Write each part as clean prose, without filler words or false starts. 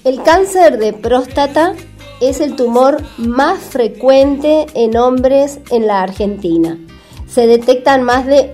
El cáncer de próstata es el tumor más frecuente en hombres en la Argentina. Se detectan más de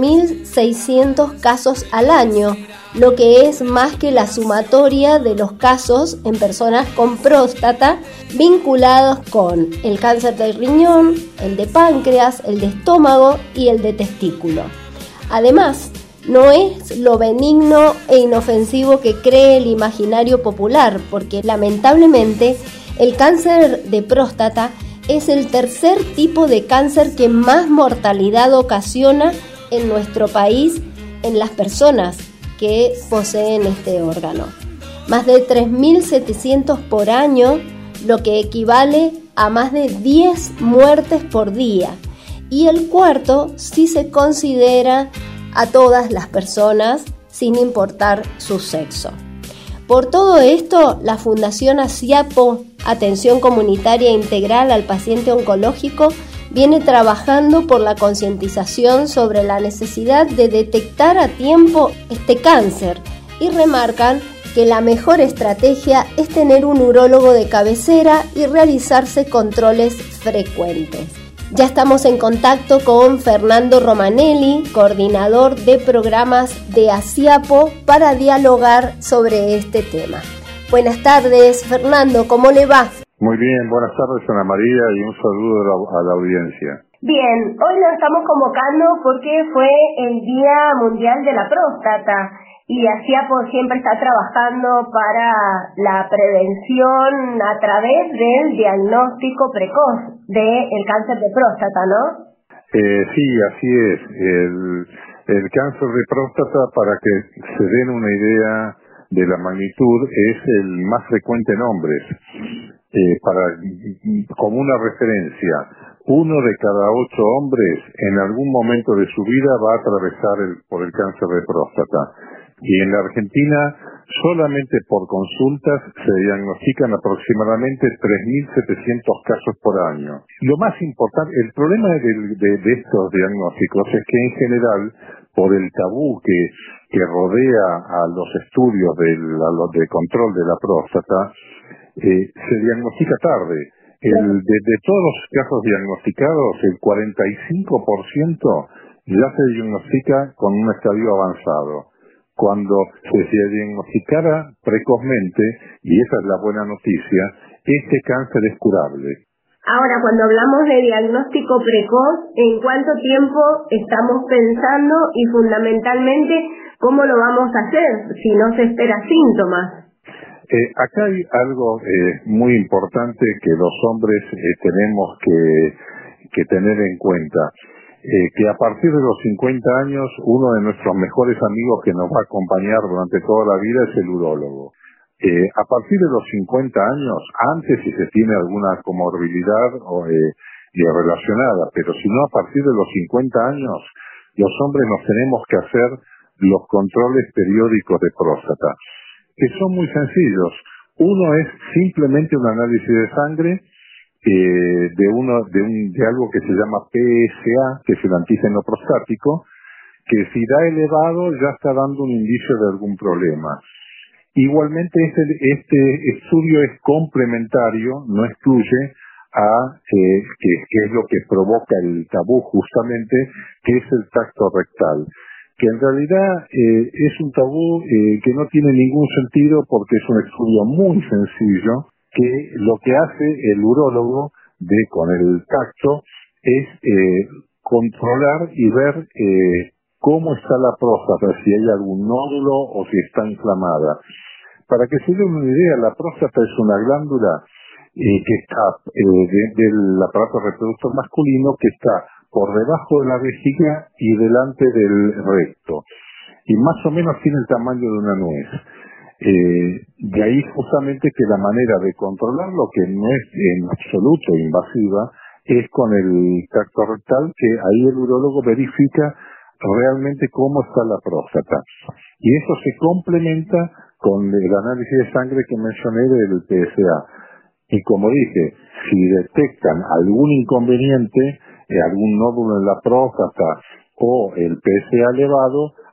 11.600 casos al año, lo que es más que la sumatoria de los casos en personas con próstata vinculados con el cáncer del riñón, el de páncreas, el de estómago y el de testículo. Además, no es lo benigno e inofensivo que cree el imaginario popular, porque lamentablemente el cáncer de próstata es el tercer tipo de cáncer que más mortalidad ocasiona en nuestro país en las personas que poseen este órgano. Más de 3.700 por año, lo que equivale a más de 10 muertes por día. Y el cuarto si se considera a todas las personas sin importar su sexo. Por todo esto, la Fundación ASIAPO, Atención Comunitaria Integral al Paciente Oncológico, viene trabajando por la concientización sobre la necesidad de detectar a tiempo este cáncer y remarcan que la mejor estrategia es tener un urólogo de cabecera y realizarse controles frecuentes. Ya estamos en contacto con Fernando Romanelli, coordinador de programas de ASIAPO, para dialogar sobre este tema. Buenas tardes, Fernando, ¿cómo le va? Muy bien, buenas tardes, Ana María, y un saludo a la audiencia. Bien, hoy nos estamos convocando porque fue el Día Mundial de la Próstata y ASIAPO siempre está trabajando para la prevención a través del diagnóstico precoz del cáncer de próstata, ¿no? Sí, así es. El cáncer de próstata, para que se den una idea de la magnitud, es el más frecuente en hombres. Como una referencia, 1 de cada 8 hombres en algún momento de su vida va a atravesar por el cáncer de próstata. Y en la Argentina, solamente por consultas se diagnostican aproximadamente 3.700 casos por año. Lo más importante, el problema de estos diagnósticos es que en general, por el tabú que rodea a los estudios de control de la próstata, se diagnostica tarde. De todos los casos diagnosticados, el 45% ya se diagnostica con un estadio avanzado. Cuando se diagnosticara precozmente, y esa es la buena noticia, este cáncer es curable. Ahora, cuando hablamos de diagnóstico precoz, ¿en cuánto tiempo estamos pensando y fundamentalmente cómo lo vamos a hacer si no se espera síntomas? Acá hay algo muy importante que los hombres tenemos que tener en cuenta. Que a partir de los 50 años, uno de nuestros mejores amigos que nos va a acompañar durante toda la vida es el urólogo. A partir de los 50 años, antes si se tiene alguna comorbilidad relacionada, pero si no, a partir de los 50 años, los hombres nos tenemos que hacer los controles periódicos de próstata, que son muy sencillos. Uno es simplemente un análisis de sangre, de algo que se llama PSA, que es el antígeno prostático, que si da elevado ya está dando un indicio de algún problema. Igualmente este estudio es complementario, no excluye que es lo que provoca el tabú justamente, que es el tacto rectal, que en realidad es un tabú que no tiene ningún sentido porque es un estudio muy sencillo, que lo que hace el urólogo con el tacto es controlar y ver cómo está la próstata, si hay algún nódulo o si está inflamada. Para que se den una idea, la próstata es una glándula que está del aparato reproductor masculino, que está por debajo de la vejiga y delante del recto, y más o menos tiene el tamaño de una nuez. De ahí justamente que la manera de controlarlo, que no es en absoluto invasiva, es con el tacto rectal, que ahí el urólogo verifica realmente cómo está la próstata. Y eso se complementa con el análisis de sangre que mencioné del PSA. Y como dije, si detectan algún inconveniente, algún nódulo en la próstata o el PSA elevado,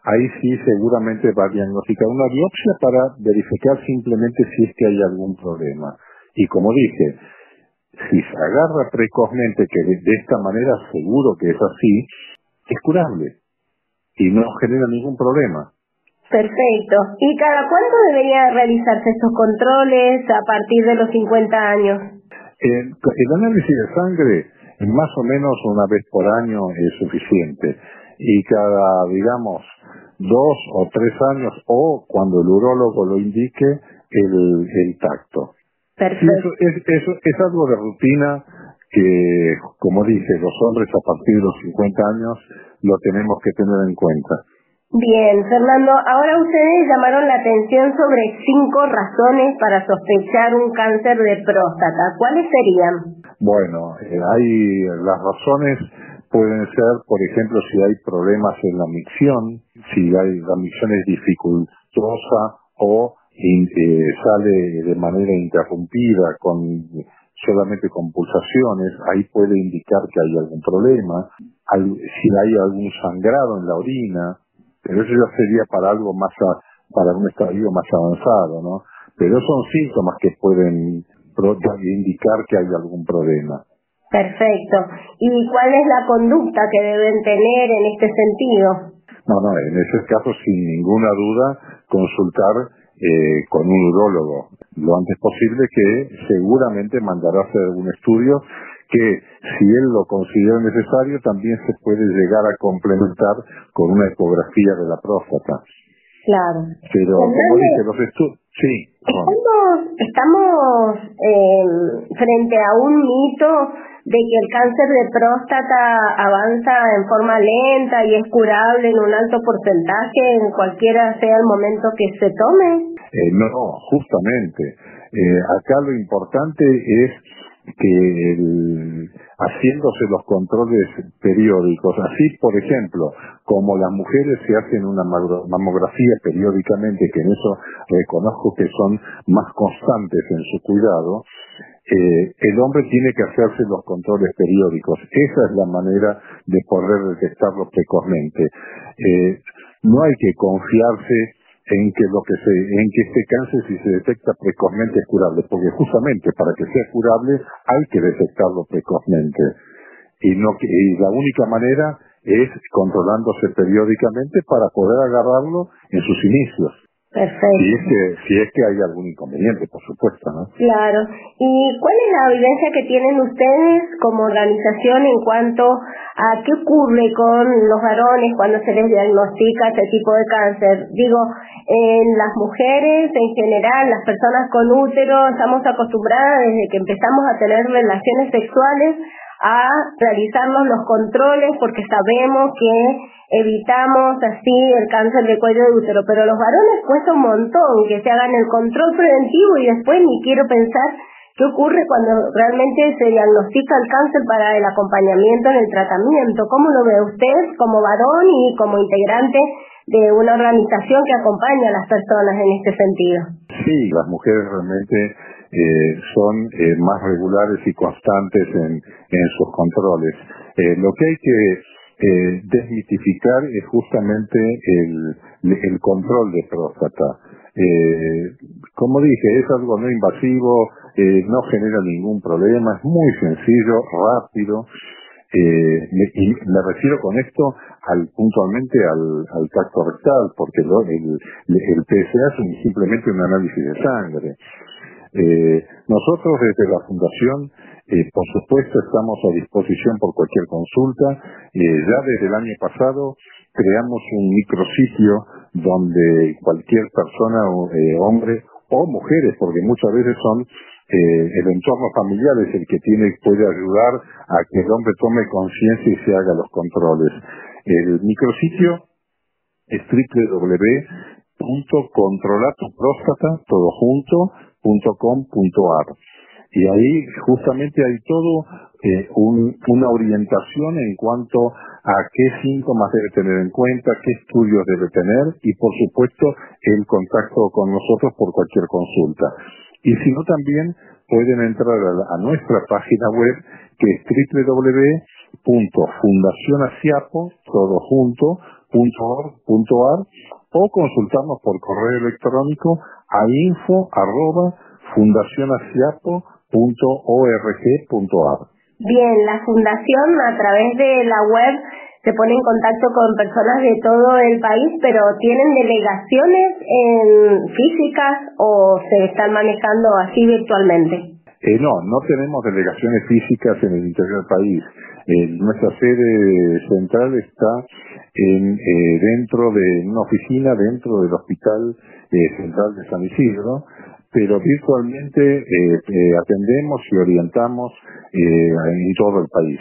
ahí sí seguramente va a diagnosticar una biopsia para verificar simplemente si es que hay algún problema. Y como dije, si se agarra precozmente, que de esta manera seguro que es así, es curable y no genera ningún problema. Perfecto. ¿Y cada cuánto deberían realizarse estos controles a partir de los 50 años? El análisis de sangre, más o menos una vez por año es suficiente. Y cada, digamos, 2 o 3 años, o cuando el urólogo lo indique, el tacto. Perfecto. Y eso es algo de rutina que, como dije, los hombres a partir de los 50 años lo tenemos que tener en cuenta. Bien, Fernando, ahora ustedes llamaron la atención sobre 5 razones para sospechar un cáncer de próstata. ¿Cuáles serían? Bueno, las razones pueden ser, por ejemplo, si hay problemas en la micción, si la micción es dificultosa o sale de manera interrumpida solamente con pulsaciones, ahí puede indicar que hay algún problema. Si hay algún sangrado en la orina, pero eso ya sería para algo más para un estadio más avanzado, ¿no? Pero son síntomas que pueden indicar que hay algún problema. Perfecto. ¿Y cuál es la conducta que deben tener en este sentido? No, en ese caso, sin ninguna duda, consultar con un urólogo lo antes posible, que seguramente mandará a hacer algún estudio que, si él lo considera necesario, también se puede llegar a complementar con una ecografía de la próstata. Claro. Pero, como dije, los estudios... Sí. Estamos frente a un mito de que el cáncer de próstata avanza en forma lenta y es curable en un alto porcentaje en cualquiera sea el momento que se tome. No, justamente. Acá lo importante es que haciéndose los controles periódicos, así por ejemplo, como las mujeres se hacen una mamografía periódicamente, que en eso reconozco que son más constantes en su cuidado, el hombre tiene que hacerse los controles periódicos. Esa es la manera de poder detectarlo precozmente. No hay que confiarse en que este cáncer, si se detecta precozmente, es curable, porque justamente para que sea curable hay que detectarlo precozmente, y la única manera es controlándose periódicamente para poder agarrarlo en sus inicios. Perfecto. Si es que hay algún inconveniente, por supuesto, ¿no? Claro. ¿Y cuál es la evidencia que tienen ustedes como organización en cuanto a qué ocurre con los varones cuando se les diagnostica este tipo de cáncer? Digo, en las mujeres en general, las personas con útero, estamos acostumbradas desde que empezamos a tener relaciones sexuales a realizarnos los controles porque sabemos que evitamos así el cáncer de cuello de útero, pero los varones cuesta un montón que se hagan el control preventivo y después ni quiero pensar qué ocurre cuando realmente se diagnostica el cáncer para el acompañamiento en el tratamiento. ¿Cómo lo ve usted como varón y como integrante de una organización que acompaña a las personas en este sentido? Sí, las mujeres realmente son más regulares y constantes en sus controles. Lo que hay que desmitificar es justamente el control de próstata. Como dije, es algo no invasivo, no genera ningún problema, es muy sencillo, rápido, y me refiero con esto puntualmente al tacto rectal, porque el PSA es simplemente un análisis de sangre. Nosotros desde la Fundación, por supuesto, estamos a disposición por cualquier consulta. Ya desde el año pasado creamos un micrositio donde cualquier persona, hombre o mujeres, porque muchas veces son el entorno familiar es el que puede ayudar a que el hombre tome conciencia y se haga los controles. El micrositio es www.controlatupróstata.com.ar, y ahí justamente hay todo una orientación en cuanto a qué síntomas debe tener en cuenta, qué estudios debe tener y por supuesto el contacto con nosotros por cualquier consulta. Y si no, también pueden entrar a nuestra página web, que es www.fundacionasiapo, todo junto, o consultarnos por correo electrónico a info@fundacionasiapo.org.ar. Bien, la fundación a través de la web se pone en contacto con personas de todo el país, pero ¿tienen delegaciones físicas o se están manejando así virtualmente? No tenemos delegaciones físicas en el interior del país. Nuestra sede central está dentro de una oficina dentro del Hospital Central de San Isidro, pero virtualmente atendemos y orientamos en todo el país.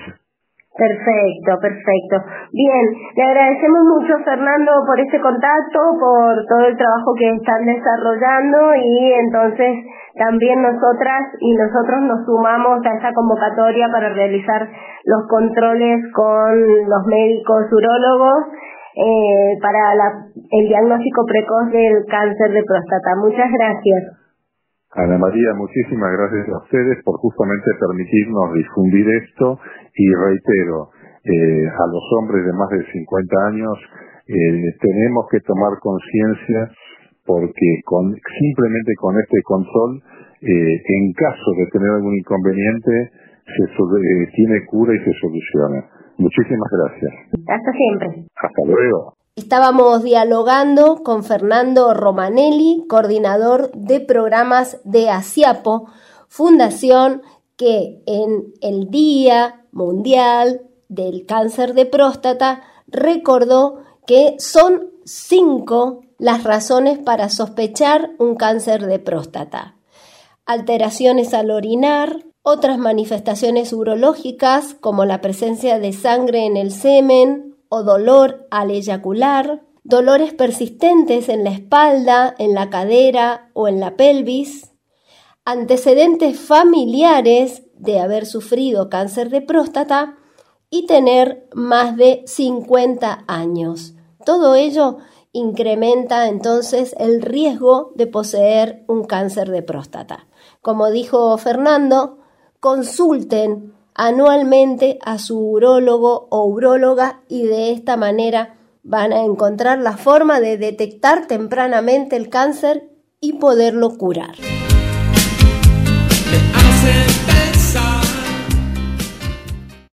Perfecto. Bien, le agradecemos mucho, Fernando, por este contacto, por todo el trabajo que están desarrollando, y entonces también nosotras y nosotros nos sumamos a esa convocatoria para realizar los controles con los médicos urólogos para el diagnóstico precoz del cáncer de próstata. Muchas gracias. Ana María, muchísimas gracias a ustedes por justamente permitirnos difundir esto, y reitero, a los hombres de más de 50 años tenemos que tomar conciencia, porque simplemente con este control, en caso de tener algún inconveniente, tiene cura y se soluciona. Muchísimas gracias. Hasta siempre. Hasta luego. Estábamos dialogando con Fernando Romanelli, coordinador de programas de ASIAPO, fundación que en el Día Mundial del Cáncer de Próstata recordó que son 5 las razones para sospechar un cáncer de próstata: alteraciones al orinar, otras manifestaciones urológicas como la presencia de sangre en el semen o dolor al eyacular, dolores persistentes en la espalda, en la cadera o en la pelvis, antecedentes familiares de haber sufrido cáncer de próstata y tener más de 50 años. Todo ello incrementa entonces el riesgo de poseer un cáncer de próstata. Como dijo Fernando, consulten anualmente a su urólogo o uróloga, y de esta manera van a encontrar la forma de detectar tempranamente el cáncer y poderlo curar.